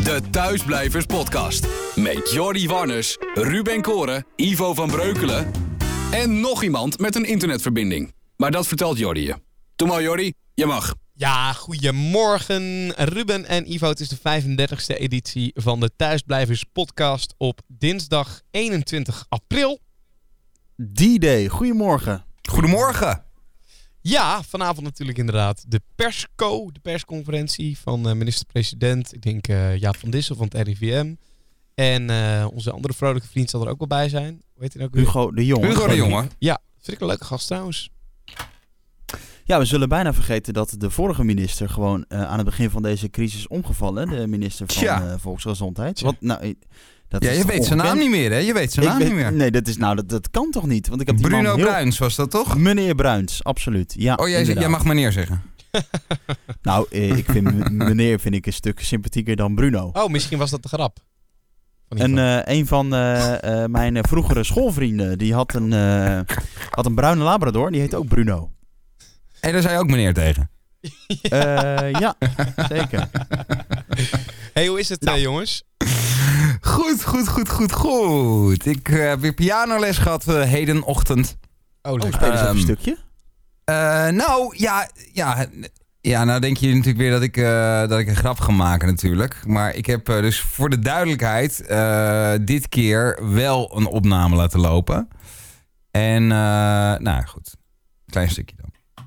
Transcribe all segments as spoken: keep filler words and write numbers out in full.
De Thuisblijvers podcast. Met Jordi Warners, Ruben Koren, Ivo van Breukelen en nog iemand met een internetverbinding. Maar dat vertelt Jordi je. Doe maar Jordi, je mag. Ja, goedemorgen Ruben en Ivo. Het is de vijfendertigste editie van de Thuisblijvers podcast op dinsdag eenentwintig april. D-Day, goedemorgen. Goedemorgen. Ja, vanavond natuurlijk inderdaad de persco, de persconferentie van uh, minister-president. Ik denk uh, Jaap van Dissel van het R I V M. En uh, onze andere vrolijke vriend zal er ook wel bij zijn. Hoe heet hij ook weer? Hugo de Jonge. Hugo de Jonge. Ja, vind ik een leuke gast trouwens. Ja, we zullen bijna vergeten dat de vorige minister gewoon uh, aan het begin van deze crisis omgevallen. De minister van uh, Volksgezondheid. Wat, nou, dat ja, is je weet zijn naam niet meer, hè? Je weet zijn ik naam weet, niet meer. Nee, dat, is, nou, dat, dat kan toch niet? Want ik heb die Bruno man heel... Bruins was dat toch? Meneer Bruins, absoluut. Ja, oh, jij, jij mag meneer zeggen. Nou, eh, ik vind meneer vind ik een stuk sympathieker dan Bruno. Oh, misschien was dat de grap. En uh, een van uh, uh, mijn vroegere schoolvrienden, die had een, uh, had een bruine labrador. Die heet ook Bruno. En daar zei je ook meneer tegen? ja, uh, ja zeker. Hey, hoe is het nou, uh, jongens? Goed, goed, goed, goed, goed. Ik uh, heb weer pianoles gehad uh, hedenochtend. Oh, leuk. Oh, spelen ze um, een stukje? Uh, nou, ja, ja, ja, nou denk je natuurlijk weer dat ik, uh, dat ik een grap ga maken natuurlijk. Maar ik heb uh, dus voor de duidelijkheid uh, dit keer wel een opname laten lopen. En, uh, nou goed, klein stukje dan.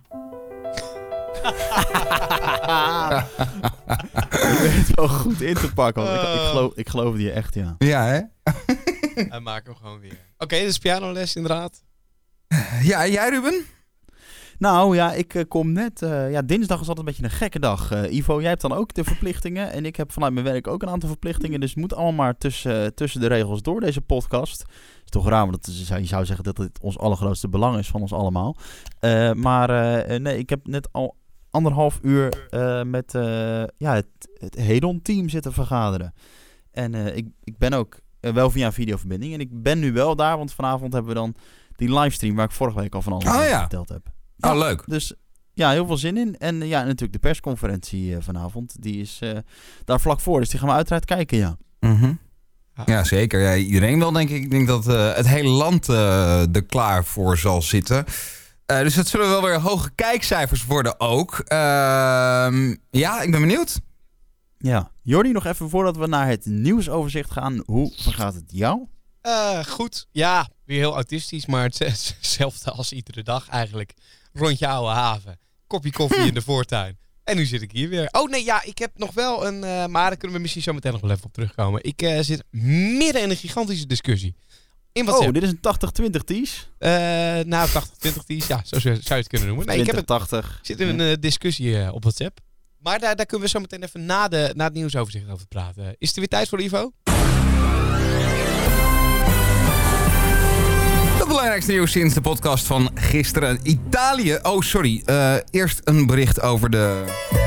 Je weet het wel goed in te pakken. Want ik, ik, geloof, ik geloofde je echt, ja. Ja, hè? Hij maakt hem gewoon weer. Oké, okay, dus pianoles inderdaad. Ja, en jij Ruben? Nou ja, ik uh, kom net... Uh, ja, dinsdag is altijd een beetje een gekke dag. Uh, Ivo, jij hebt dan ook de verplichtingen. En ik heb vanuit mijn werk ook een aantal verplichtingen. Dus het moet allemaal maar tussen, uh, tussen de regels door, deze podcast. Het is toch raar, want het is, je zou zeggen dat het ons allergrootste belang is van ons allemaal. Uh, maar uh, nee, ik heb net al anderhalf uur uh, met uh, ja, het, het Hedon-team zitten vergaderen. En uh, ik, ik ben ook uh, wel via een videoverbinding. En ik ben nu wel daar, want vanavond hebben we dan die livestream waar ik vorige week al van alles oh, ja. verteld heb. Ja, oh, leuk. Dus ja, heel veel zin in. En uh, ja, natuurlijk de persconferentie uh, vanavond. Die is uh, daar vlak voor, dus die gaan we uiteraard kijken, ja. Mm-hmm. Ja, zeker. Ja, iedereen wel, denk ik. Ik denk dat uh, het hele land uh, er klaar voor zal zitten. Uh, dus dat zullen wel weer hoge kijkcijfers worden ook. Uh, ja, ik ben benieuwd. Ja. Jordi, nog even voordat we naar het nieuwsoverzicht gaan. Hoe vergaat het jou? Uh, goed. Ja, weer heel autistisch, maar hetzelfde als iedere dag eigenlijk. Rondje oude haven. Kopje koffie in de voortuin. En nu zit ik hier weer. Oh nee, ja, ik heb nog wel een... Uh, maar daar kunnen we misschien zo meteen nog wel even op terugkomen. Ik uh, zit midden in een gigantische discussie. In WhatsApp. Oh, dit is een tachtig twintig tees? Uh, nou, tachtig twintig tees, ja, zo zou je het kunnen noemen. Nee, twintig, ik heb het, tachtig. Ik zit in een uh, discussie uh, op WhatsApp. Maar daar, daar kunnen we zo meteen even na, de, na het nieuwsoverzicht over praten. Is het er weer tijd voor, Ivo? Het belangrijkste nieuws sinds de podcast van gisteren. Italië. Oh, sorry. Uh, eerst een bericht over de...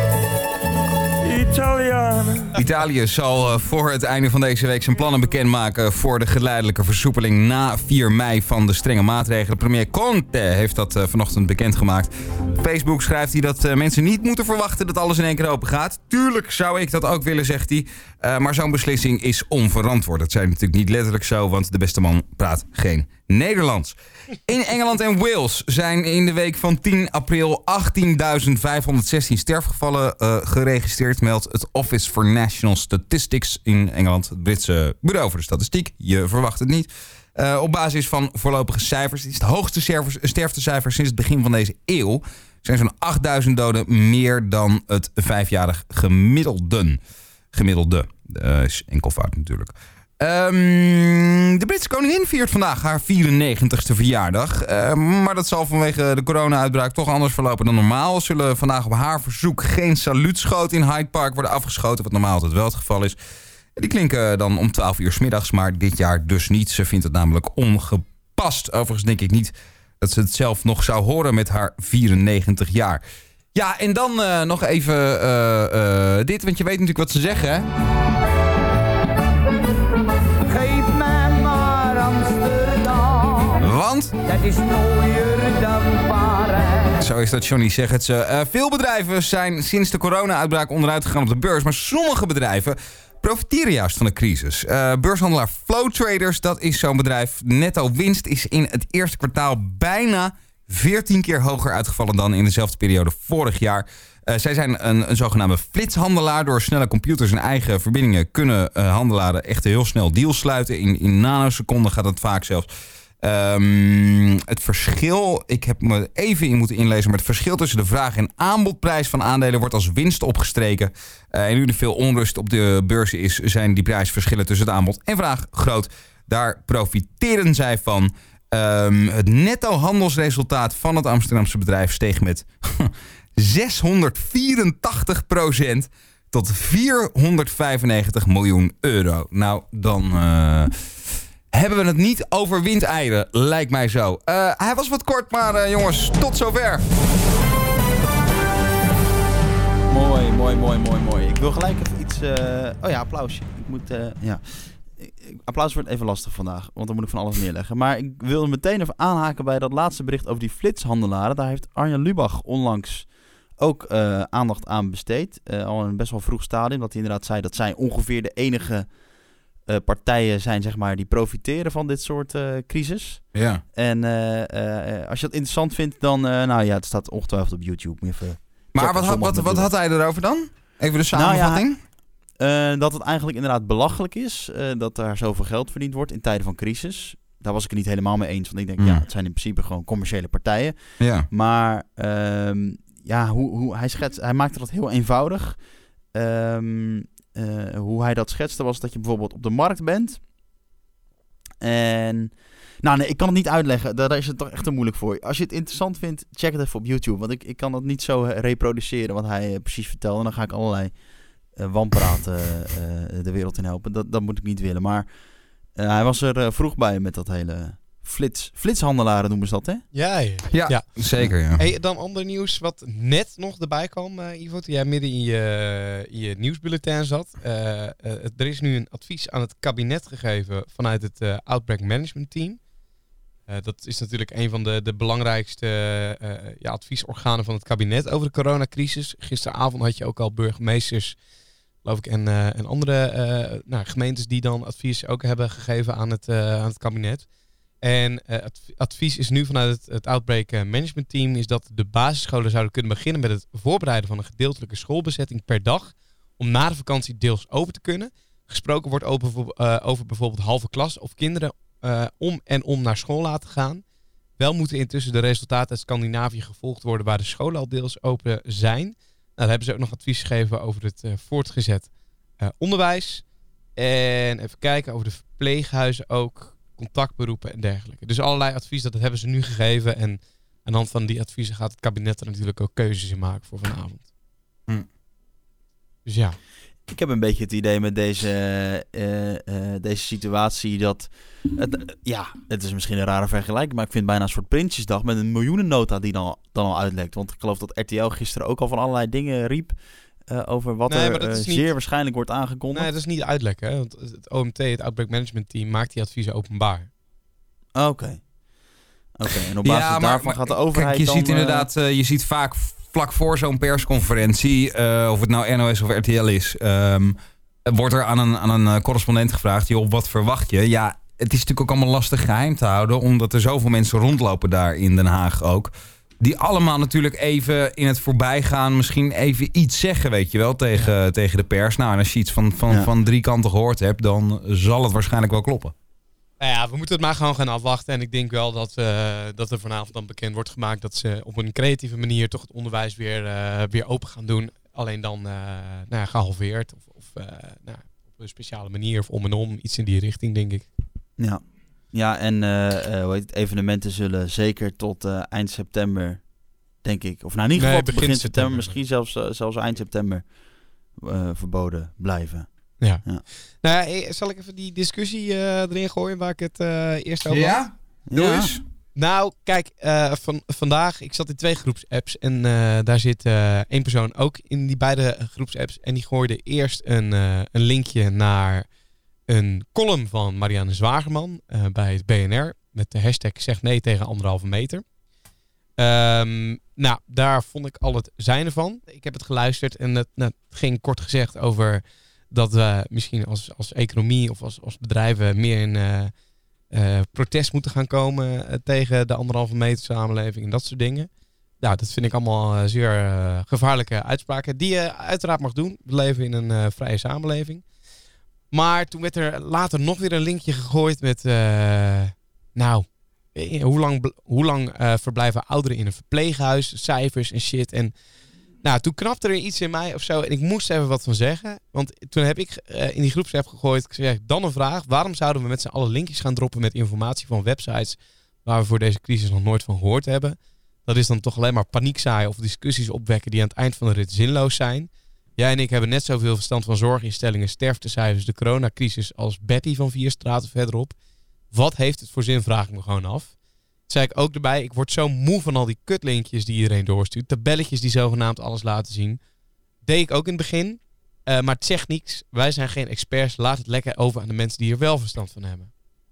Italianen. Italië zal uh, voor het einde van deze week zijn plannen bekendmaken voor de geleidelijke versoepeling na vier mei van de strenge maatregelen. Premier Conte heeft dat uh, vanochtend bekendgemaakt. Op Facebook schrijft hij dat uh, mensen niet moeten verwachten dat alles in één keer open gaat. Tuurlijk zou ik dat ook willen, zegt hij. Uh, maar zo'n beslissing is onverantwoord. Dat zei natuurlijk niet letterlijk zo, want de beste man praat geen Nederlands. In Engeland en Wales zijn in de week van tien april achttienduizend vijfhonderdzestien sterfgevallen uh, geregistreerd, meldt het Office for National Statistics in Engeland, het Britse bureau voor de statistiek. Je verwacht het niet. Uh, op basis van voorlopige cijfers. Het is het hoogste sterftecijfer sinds het begin van deze eeuw. Er zijn zo'n achtduizend doden meer dan het vijfjarig gemiddelde. Gemiddelde. Uh, is enkelvoud natuurlijk. Um, de Britse koningin viert vandaag haar vierennegentigste verjaardag. Uh, maar dat zal vanwege de corona-uitbraak toch anders verlopen dan normaal. Er zullen vandaag op haar verzoek geen saluutschoten in Hyde Park worden afgeschoten, wat normaal altijd wel het geval is. Die klinken dan om twaalf uur 's middags, maar dit jaar dus niet. Ze vindt het namelijk ongepast. Overigens denk ik niet dat ze het zelf nog zou horen met haar vierennegentig jaar. Ja, en dan uh, nog even uh, uh, dit, want je weet natuurlijk wat ze zeggen, hè? Geef mij maar Amsterdam. Want? Dat is mooier dan Parijs. Zo is dat, Johnny, zegt het ze. Uh, veel bedrijven zijn sinds de corona-uitbraak onderuit gegaan op de beurs. Maar sommige bedrijven profiteren juist van de crisis. Uh, beurshandelaar Flow Traders, dat is zo'n bedrijf. Netto winst is in het eerste kwartaal bijna veertien keer hoger uitgevallen dan in dezelfde periode vorig jaar. Uh, zij zijn een, een zogenaamde flitshandelaar. Door snelle computers en eigen verbindingen kunnen uh, handelaren echt heel snel deals sluiten. In, in nanoseconden gaat het vaak zelfs. Um, het verschil, ik heb me even in moeten inlezen, maar het verschil tussen de vraag en aanbodprijs van aandelen wordt als winst opgestreken. Uh, en nu er veel onrust op de beurzen is, zijn die prijsverschillen tussen het aanbod en vraag groot. Daar profiteren zij van. Um, het netto handelsresultaat van het Amsterdamse bedrijf steeg met zeshonderdvierentachtig procent tot vierhonderdvijfennegentig miljoen euro. Nou, dan uh, hebben we het niet over windeieren, lijkt mij zo. Uh, hij was wat kort, maar uh, jongens, tot zover. Mooi, mooi, mooi, mooi, mooi. Ik wil gelijk even iets... Uh... Oh ja, applausje. Ik moet... Uh, ja. Applaus wordt even lastig vandaag, want dan moet ik van alles neerleggen. Maar ik wil meteen even aanhaken bij dat laatste bericht over die flitshandelaren. Daar heeft Arjen Lubach onlangs ook uh, aandacht aan besteed. Uh, al in een best wel vroeg stadium, dat hij inderdaad zei dat zij ongeveer de enige uh, partijen zijn, zeg maar, die profiteren van dit soort uh, crisis. Ja. En uh, uh, als je dat interessant vindt, dan, uh, nou ja, het staat ongetwijfeld op YouTube. Moet je even maar wat, had, wat, wat had hij erover dan? Even de samenvatting. Nou ja, Uh, dat het eigenlijk inderdaad belachelijk is uh, dat daar zoveel geld verdiend wordt in tijden van crisis. Daar was ik het niet helemaal mee eens. Want ik denk, mm. ja, het zijn in principe gewoon commerciële partijen. Ja. Maar um, ja, hoe, hoe hij schetst, hij maakte dat heel eenvoudig. Um, uh, hoe hij dat schetste was dat je bijvoorbeeld op de markt bent. En nou nee, ik kan het niet uitleggen. Daar, daar is het toch echt te moeilijk voor. Als je het interessant vindt, check het even op YouTube. Want ik, ik kan dat niet zo reproduceren wat hij uh, precies vertelde. En dan ga ik allerlei Uh, wanpraten uh, de wereld in helpen. Dat, dat moet ik niet willen. Maar uh, hij was er uh, vroeg bij met dat hele flits. Flitshandelaren noemen ze dat, hè? Ja, ja, ja, ja. Zeker, ja. Hey, dan ander nieuws wat net nog erbij kwam, uh, Ivo. Toen jij midden in je, in je nieuwsbulletin zat. Uh, uh, er is nu een advies aan het kabinet gegeven vanuit het uh, Outbreak Management Team. Uh, dat is natuurlijk een van de, de belangrijkste uh, ja, adviesorganen van het kabinet over de coronacrisis. Gisteravond had je ook al burgemeesters, geloof ik, en, uh, en andere uh, nou, gemeentes die dan advies ook hebben gegeven aan het, uh, aan het kabinet. En uh, adv- advies is nu vanuit het, het Outbreak Management Team is dat de basisscholen zouden kunnen beginnen met het voorbereiden van een gedeeltelijke schoolbezetting per dag om na de vakantie deels over te kunnen. Gesproken wordt over, uh, over bijvoorbeeld halve klas of kinderen uh, om en om naar school laten gaan. Wel moeten intussen de resultaten uit Scandinavië gevolgd worden waar de scholen al deels open zijn. Nou, daar hebben ze ook nog advies gegeven over het uh, voortgezet uh, onderwijs. En even kijken over de verpleeghuizen ook, contactberoepen en dergelijke. Dus allerlei advies, dat hebben ze nu gegeven. En aan de hand van die adviezen gaat het kabinet er natuurlijk ook keuzes in maken voor vanavond. Hm. Dus ja. Ik heb een beetje het idee met deze, uh, uh, deze situatie dat... Het, uh, ja, het is misschien een rare vergelijking, maar ik vind het bijna een soort Prinsjesdag met een miljoenennota die dan, dan al uitlekt. Want ik geloof dat R T L gisteren ook al van allerlei dingen riep uh, over wat nee, er uh, niet, zeer waarschijnlijk wordt aangekondigd. Nee, dat is niet uitlekken. Hè? Want het O M T, het Outbreak Management Team, maakt die adviezen openbaar. Oké. Okay. Oké, okay, en op basis ja, maar, daarvan maar, gaat de overheid kijk, je dan... Ziet inderdaad, uh, je ziet vaak vlak voor zo'n persconferentie, uh, of het nou N O S of R T L is, um, wordt er aan een, aan een uh, correspondent gevraagd, joh, wat verwacht je? Ja, het is natuurlijk ook allemaal lastig geheim te houden, omdat er zoveel mensen rondlopen daar in Den Haag ook, die allemaal natuurlijk even in het voorbijgaan misschien even iets zeggen, weet je wel, tegen, ja. tegen de pers. Nou, en als je iets van, van, ja. van drie kanten gehoord hebt, dan zal het waarschijnlijk wel kloppen. Nou ja, we moeten het maar gewoon gaan afwachten. En ik denk wel dat, uh, dat er vanavond dan bekend wordt gemaakt dat ze op een creatieve manier toch het onderwijs weer, uh, weer open gaan doen. Alleen dan uh, nou ja, gehalveerd of, of uh, nou, op een speciale manier of om en om. Iets in die richting, denk ik. Ja, ja en uh, uh, hoe heet het, evenementen zullen zeker tot uh, eind september, denk ik. Of nou in ieder geval nee, begin, begin september, september, misschien zelfs, uh, zelfs eind september uh, verboden blijven. Ja. ja. Nou ja, zal ik even die discussie uh, erin gooien waar ik het uh, eerst over ja? had? Doe ja, eens. Nou, kijk, uh, van, vandaag, ik zat in twee groepsapps en uh, daar zit uh, één persoon ook in die beide groepsapps. En die gooide eerst een, uh, een linkje naar een column van Marianne Zwagerman uh, bij het B N R met de hashtag zeg nee tegen anderhalve meter. Um, nou, daar vond ik al het zijne van. Ik heb het geluisterd en het, nou, het ging kort gezegd over dat we misschien als, als economie of als, als bedrijven meer in uh, uh, protest moeten gaan komen uh, tegen de anderhalve meter samenleving en dat soort dingen. Nou, dat vind ik allemaal uh, zeer uh, gevaarlijke uitspraken die je uiteraard mag doen. We leven in een uh, vrije samenleving. Maar toen werd er later nog weer een linkje gegooid met, uh, nou, hoe lang, hoe lang uh, verblijven ouderen in een verpleeghuis, cijfers en shit. En nou, toen knapte er iets in mij of zo en ik moest even wat van zeggen. Want toen heb ik uh, in die groepsapp gegooid, ik zeg, dan een vraag. Waarom zouden we met z'n allen linkjes gaan droppen met informatie van websites waar we voor deze crisis nog nooit van gehoord hebben? Dat is dan toch alleen maar paniek zaaien of discussies opwekken die aan het eind van de rit zinloos zijn. Jij en ik hebben net zoveel verstand van zorginstellingen, sterftecijfers, de coronacrisis als Betty van vier straten verderop. Wat heeft het voor zin, vraag ik me gewoon af. Zei ik ook erbij, ik word zo moe van al die kutlinkjes die iedereen doorstuurt. Tabelletjes die zogenaamd alles laten zien. Deed ik ook in het begin. Uh, maar het zegt niks. Wij zijn geen experts. Laat het lekker over aan de mensen die er wel verstand van hebben.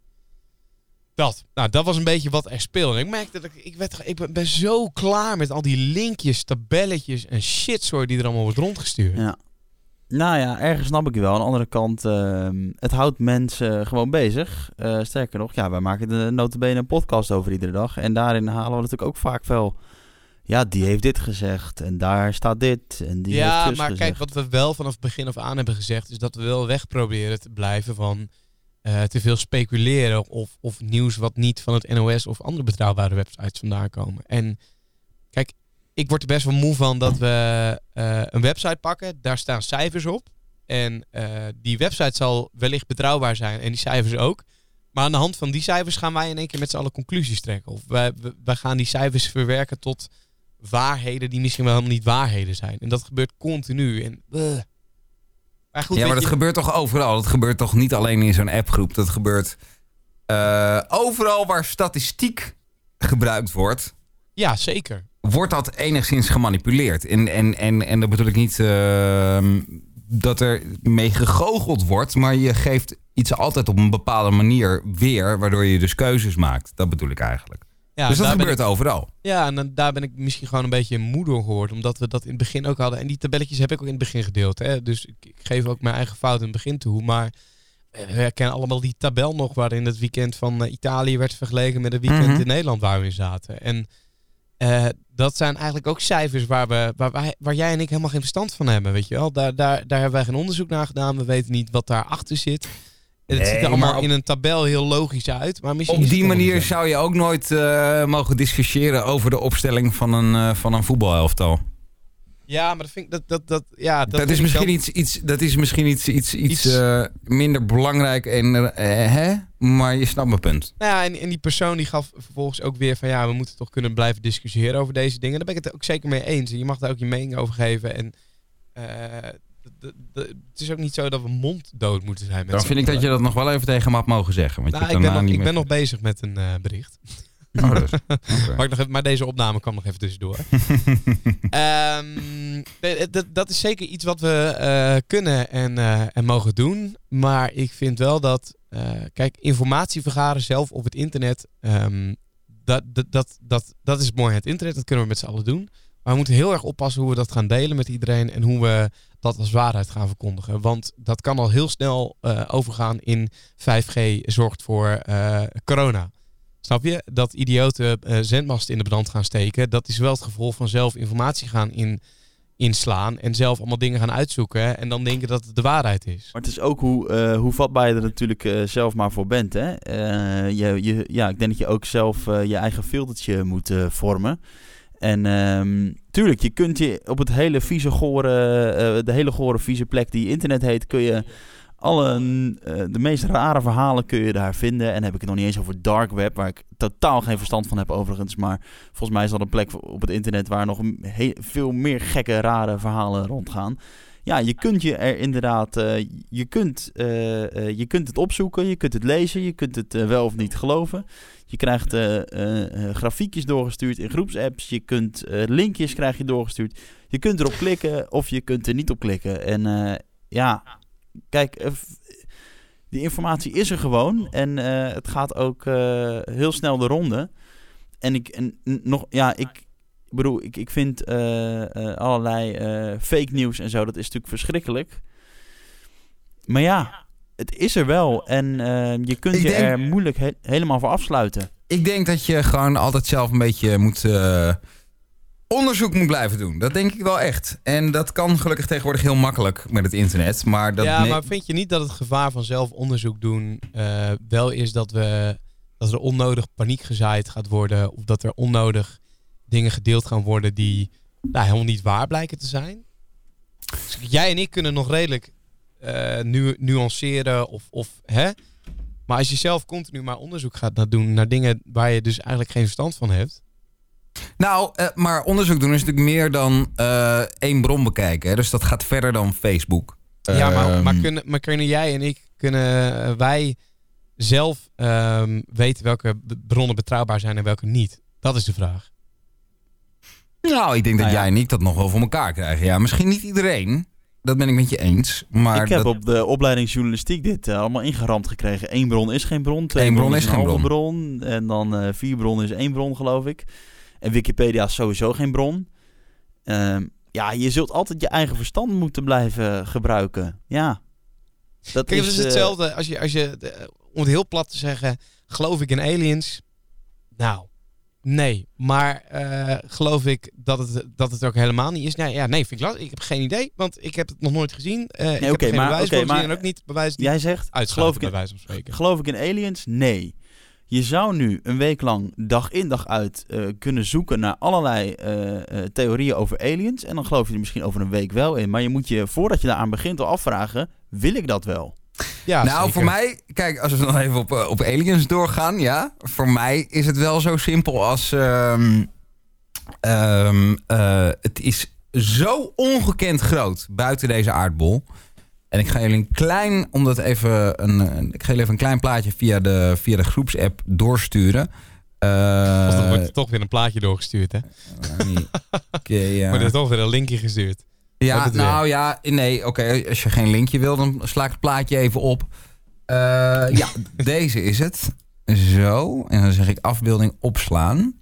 Dat. Nou, dat was een beetje wat er speelde. Ik merkte dat ik, ik, werd, ik ben zo klaar met al die linkjes, tabelletjes en shitsoort die er allemaal wordt rondgestuurd. Ja. Nou ja, ergens snap ik je wel. Aan de andere kant, uh, het houdt mensen gewoon bezig. Uh, sterker nog, ja, wij maken de nota bene een podcast over iedere dag. En daarin halen we natuurlijk ook vaak wel, ja, die heeft dit gezegd en daar staat dit en die ja, heeft dus maar gezegd. Kijk, wat we wel vanaf het begin af aan hebben gezegd, is dat we wel weg proberen te blijven van uh, te veel speculeren of, of nieuws wat niet van het N O S of andere betrouwbare websites vandaan komen. En kijk, ik word er best wel moe van dat we uh, een website pakken. Daar staan cijfers op. En uh, die website zal wellicht betrouwbaar zijn. En die cijfers ook. Maar aan de hand van die cijfers gaan wij in één keer met z'n allen conclusies trekken. Of wij, wij gaan die cijfers verwerken tot waarheden die misschien wel helemaal niet waarheden zijn. En dat gebeurt continu. En, uh. maar goed, ja, maar dat je... gebeurt toch overal? Dat gebeurt toch niet alleen in zo'n appgroep? Dat gebeurt uh, overal waar statistiek gebruikt wordt. Ja, zeker. Wordt dat enigszins gemanipuleerd. En, en, en, en dat bedoel ik niet uh, dat er mee gegoocheld wordt, maar je geeft iets altijd op een bepaalde manier weer, waardoor je dus keuzes maakt. Dat bedoel ik eigenlijk. Ja, dus dat gebeurt ik, overal. Ja, en dan, daar ben ik misschien gewoon een beetje moe door geworden, omdat we dat in het begin ook hadden. En die tabelletjes heb ik ook in het begin gedeeld. Hè? Dus ik, ik geef ook mijn eigen fout in het begin toe. Maar we herkennen allemaal die tabel nog waarin het weekend van uh, Italië werd vergeleken met het weekend mm-hmm. in Nederland waar we in zaten. En Uh, dat zijn eigenlijk ook cijfers waar, we, waar, wij, waar jij en ik helemaal geen verstand van hebben. Weet je wel? Daar, daar, daar hebben wij geen onderzoek naar gedaan. We weten niet wat daarachter zit. Het nee, ziet er allemaal op, in een tabel heel logisch uit. Maar misschien op die manier zou je ook nooit uh, mogen discussiëren over de opstelling van een, uh, van een voetbalelftal. Ja, maar dat vind ik dat dat dat ja. Dat, dat is misschien dan... iets, iets. Dat is misschien iets, iets, iets, iets... Uh, minder belangrijk en uh, hè? Maar je snapt mijn punt. Nou ja, en, en die persoon die gaf vervolgens ook weer van ja, we moeten toch kunnen blijven discussiëren over deze dingen. Daar ben ik het ook zeker mee eens. En je mag daar ook je mening over geven. En uh, d- d- d- het is ook niet zo dat we monddood moeten zijn. Met Dan vind ik dat je dat nog wel even tegen me had mogen zeggen. Want nou, je ik ben, nog, niet ik meer... ben nog bezig met een uh, bericht. Oh, dus. Okay. maar, ik nog even, maar deze opname kwam nog even tussendoor. um, dat, dat is zeker iets wat we uh, kunnen en, uh, en mogen doen. Maar ik vind wel dat, uh, kijk, informatie vergaren zelf op het internet, um, dat, dat, dat, dat, dat is mooi het internet, dat kunnen we met z'n allen doen. Maar we moeten heel erg oppassen hoe we dat gaan delen met iedereen en hoe we dat als waarheid gaan verkondigen. Want dat kan al heel snel uh, overgaan in vijf G zorgt voor uh, corona. Snap je? Dat idioten uh, zendmasten in de brand gaan steken, dat is wel het gevolg van zelf informatie gaan in, inslaan en zelf allemaal dingen gaan uitzoeken en dan denken dat het de waarheid is. Maar het is ook hoe, uh, hoe vatbaar je er natuurlijk uh, zelf maar voor bent. Hè? Uh, je, je, ja, ik denk dat je ook zelf uh, je eigen filtertje moet uh, vormen. En um, tuurlijk, je kunt je op het hele vieze gore, uh, de hele gore vieze plek die internet heet, kun je alle uh, de meest rare verhalen kun je daar vinden. En dan heb ik het nog niet eens over dark web, waar ik totaal geen verstand van heb overigens. Maar volgens mij is dat een plek op het internet waar nog he- veel meer gekke, rare verhalen rondgaan. Ja, je kunt je er inderdaad, uh, je, kunt, uh, uh, je kunt het opzoeken, je kunt het lezen, je kunt het uh, wel of niet geloven. Je krijgt uh, uh, uh, grafiekjes doorgestuurd in groepsapps, je kunt uh, linkjes krijg je doorgestuurd. Je kunt erop klikken of je kunt er niet op klikken. En uh, ja, kijk, uh, die informatie is er gewoon en uh, het gaat ook uh, heel snel de ronde. En ik, en, nog, ja, ik... Ik bedoel, ik, ik vind uh, uh, allerlei uh, fake nieuws en zo, dat is natuurlijk verschrikkelijk. Maar ja, het is er wel. En uh, je kunt Ik je denk- er moeilijk he- helemaal voor afsluiten. Ik denk dat je gewoon altijd zelf een beetje moet... Uh, onderzoek moet blijven doen. Dat denk ik wel echt. En dat kan gelukkig tegenwoordig heel makkelijk met het internet. Maar dat ja, ne- maar vind je niet dat het gevaar van zelf onderzoek doen uh, wel is dat, we, dat er onnodig paniek gezaaid gaat worden? Of dat er onnodig dingen gedeeld gaan worden die nou, helemaal niet waar blijken te zijn? Dus jij en ik kunnen nog redelijk uh, nu, nuanceren of, of hè? Maar als je zelf continu maar onderzoek gaat naar doen naar dingen waar je dus eigenlijk geen verstand van hebt. Nou, uh, maar onderzoek doen is natuurlijk meer dan uh, één bron bekijken. Hè? Dus dat gaat verder dan Facebook. Ja, maar, Um, maar, kunnen, maar kunnen jij en ik, kunnen uh, wij zelf um, weten welke bronnen betrouwbaar zijn en welke niet? Dat is de vraag. Nou, ik denk dat Nou ja. jij en ik dat nog wel voor elkaar krijgen. Ja, misschien niet iedereen. Dat ben ik met je eens. Maar ik heb dat... op de opleiding journalistiek dit uh, allemaal ingeramd gekregen. Eén bron is geen bron. Twee Eén bron bronnen is een geen halve bron. En dan uh, vier bronnen is één bron, geloof ik. En Wikipedia is sowieso geen bron. Uh, ja, je zult altijd je eigen verstand moeten blijven gebruiken. Ja. Dat Kijk, is, het is uh, hetzelfde als je, als je uh, om het heel plat te zeggen, geloof ik in aliens? Nou, nee. Maar uh, geloof ik dat het, dat het ook helemaal niet is? Nee, ja, nee, vind ik lastig. Ik heb geen idee, want ik heb het nog nooit gezien. Uh, nee, ik heb oké, er geen maar- bewijs oké, voor gezien maar- en ook niet bewijs die Jij zegt, geloof uitsluiten, ik, bij in, wijze van spreken. geloof ik in aliens? Nee. Je zou nu een week lang dag in dag uit uh, kunnen zoeken naar allerlei uh, uh, theorieën over aliens. En dan geloof je er misschien over een week wel in. Maar je moet je, voordat je daaraan begint, al afvragen, wil ik dat wel? Ja, nou, zeker. voor mij, kijk, als we nog even op, uh, op aliens doorgaan, ja. Voor mij is het wel zo simpel als... Um, um, uh, het is zo ongekend groot buiten deze aardbol. En ik ga jullie een klein, omdat even een, een, ik ga jullie even een klein plaatje via de, via de groepsapp doorsturen. Uh, Of dan wordt er toch weer een plaatje doorgestuurd, hè? Oké, okay, ja. Wordt er toch weer een linkje gestuurd. Ja, het nou ja, nee, oké, okay, als je geen linkje wil, dan sla ik het plaatje even op. Uh, ja, deze is het. Zo, en dan zeg ik afbeelding opslaan.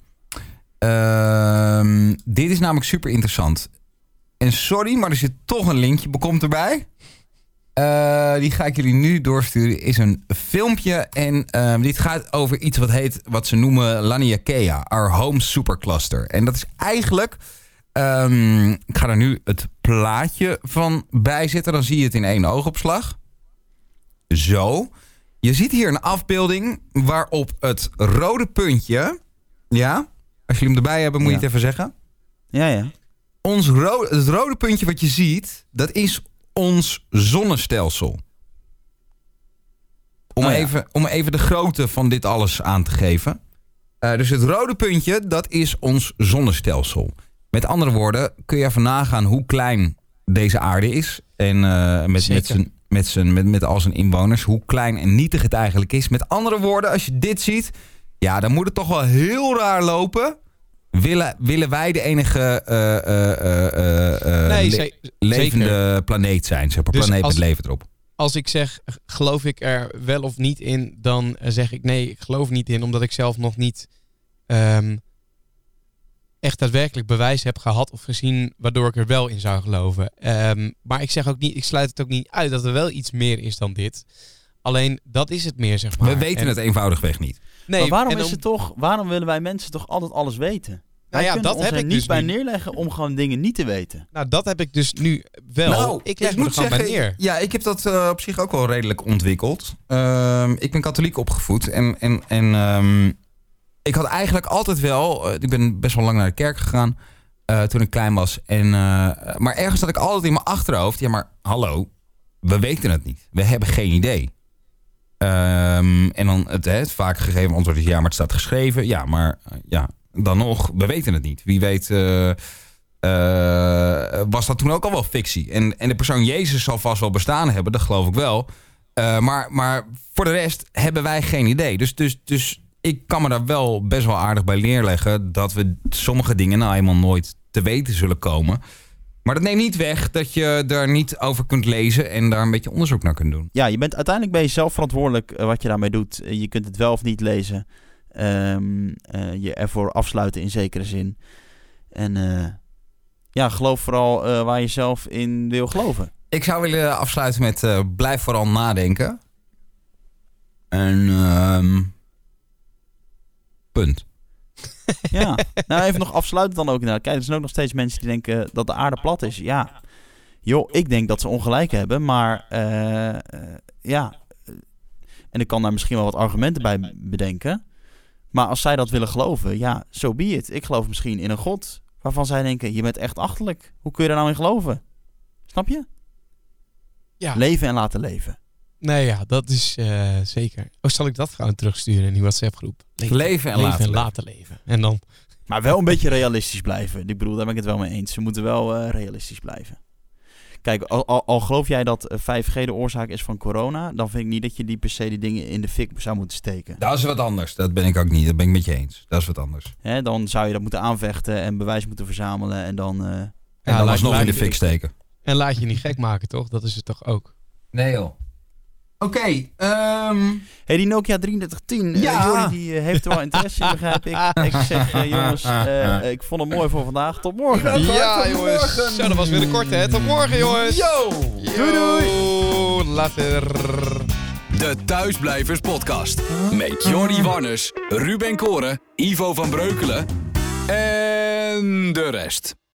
Uh, dit is namelijk super interessant. En sorry, maar er zit toch een linkje, komt erbij. Uh, die ga ik jullie nu doorsturen. Is een filmpje en uh, dit gaat over iets wat heet, wat ze noemen Laniakea, Our Home Supercluster. En dat is eigenlijk... Um, ik ga er nu het plaatje van bijzetten. Dan zie je het in één oogopslag. Zo. Je ziet hier een afbeelding waarop het rode puntje... Ja? Als jullie hem erbij hebben, moet je Ja. het even zeggen. Ja, ja. Ons ro- het rode puntje wat je ziet, dat is ons zonnestelsel. Om, Oh ja. even, om even de grootte van dit alles aan te geven. Uh, dus het rode puntje, dat is ons zonnestelsel. Met andere woorden, kun je even nagaan hoe klein deze aarde is. En uh, met, met, zijn, met, zijn, met, met al zijn inwoners, hoe klein en nietig het eigenlijk is. Met andere woorden, als je dit ziet, ja, dan moet het toch wel heel raar lopen. Willen, willen wij de enige uh, uh, uh, uh, Nee, le- ze- levende zeker. planeet zijn? Zeg maar, Dus planeet als- met leven erop. Als ik zeg, geloof ik er wel of niet in, dan zeg ik nee, ik geloof niet in, omdat ik zelf nog niet um, echt daadwerkelijk bewijs heb gehad of gezien waardoor ik er wel in zou geloven. Um, maar ik zeg ook niet, ik sluit het ook niet uit dat er wel iets meer is dan dit. Alleen dat is het meer, zeg maar. We weten En- het eenvoudigweg niet. Nee, maar waarom en is om- het toch? Waarom willen wij mensen toch altijd alles weten? Wij Nou ja, kunnen dat ons heb er ik niet dus bij nu. neerleggen om gewoon dingen niet te weten. Nou, dat heb ik dus nu wel. Nou, ik leg me er gewoon bij neer. Ja, ik heb dat uh, op zich ook wel redelijk ontwikkeld. Um, ik ben katholiek opgevoed. En, en, en um, ik had eigenlijk altijd wel... Uh, ik ben best wel lang naar de kerk gegaan uh, toen ik klein was. En, uh, maar ergens had ik altijd in mijn achterhoofd... Ja, maar hallo, we weten het niet. We hebben geen idee. Um, en dan het, het vaak gegeven antwoord is... Ja, maar het staat geschreven. Ja, maar uh, ja, dan nog, we weten het niet. Wie weet... Uh, Uh, was dat toen ook al wel fictie. En, en de persoon Jezus zal vast wel bestaan hebben, dat geloof ik wel. Uh, maar, maar voor de rest hebben wij geen idee. Dus, dus, dus ik kan me daar wel best wel aardig bij neerleggen... dat we sommige dingen nou eenmaal nooit te weten zullen komen. Maar dat neemt niet weg dat je daar niet over kunt lezen... en daar een beetje onderzoek naar kunt doen. Ja, je bent uiteindelijk ben je zelf verantwoordelijk uh, wat je daarmee doet. Uh, je kunt het wel of niet lezen. Um, uh, je ervoor afsluiten in zekere zin. En... Uh, Ja, geloof vooral uh, waar je zelf in wil geloven. Ik zou willen afsluiten met uh, blijf vooral nadenken. En uh, punt. Ja, nou even nog afsluiten dan ook. Nou, kijk, er zijn ook nog steeds mensen die denken dat de aarde plat is. Ja, joh, ik denk dat ze ongelijk hebben, maar uh, uh, ja... En ik kan daar misschien wel wat argumenten bij bedenken. Maar als zij dat willen geloven, ja, so be it. Ik geloof misschien in een God waarvan zij denken, je bent echt achterlijk. Hoe kun je daar nou in geloven? Snap je? Ja. Leven en laten leven. Nee, ja, dat is uh, zeker. Oh, zal ik dat gewoon terugsturen in die WhatsApp-groep? Leven, leven en, leven laten, en leven. laten leven. En dan... Maar wel een beetje realistisch blijven. Ik bedoel, daar ben ik het wel mee eens. Ze moeten wel uh, realistisch blijven. Kijk, al, al, al geloof jij dat vijf G de oorzaak is van corona, dan vind ik niet dat je die per se die dingen in de fik zou moeten steken. Dat is wat anders. Dat ben ik ook niet. Dat ben ik met je eens. Dat is wat anders. Hè, dan zou je dat moeten aanvechten en bewijs moeten verzamelen en dan... Uh, en ja, dan alsnog in de fik steken. En laat je niet gek maken, toch? Dat is het toch ook? Nee, joh. Oké. Okay, um... Hey, die Nokia drieëndertig tien. Ja. Uh, Jordi die uh, heeft er wel interesse in, begrijp ik. Ik zeg, uh, jongens, uh, ik vond het mooi voor vandaag. Tot morgen. Ja, tot jongens. Morgen. Zo, dat was weer de korte, hè? Tot morgen, jongens. Yo. Yo. Doei, doei. Later. De Thuisblijvers podcast. Met Jordi Warners, Ruben Koren, Ivo van Breukelen en de rest.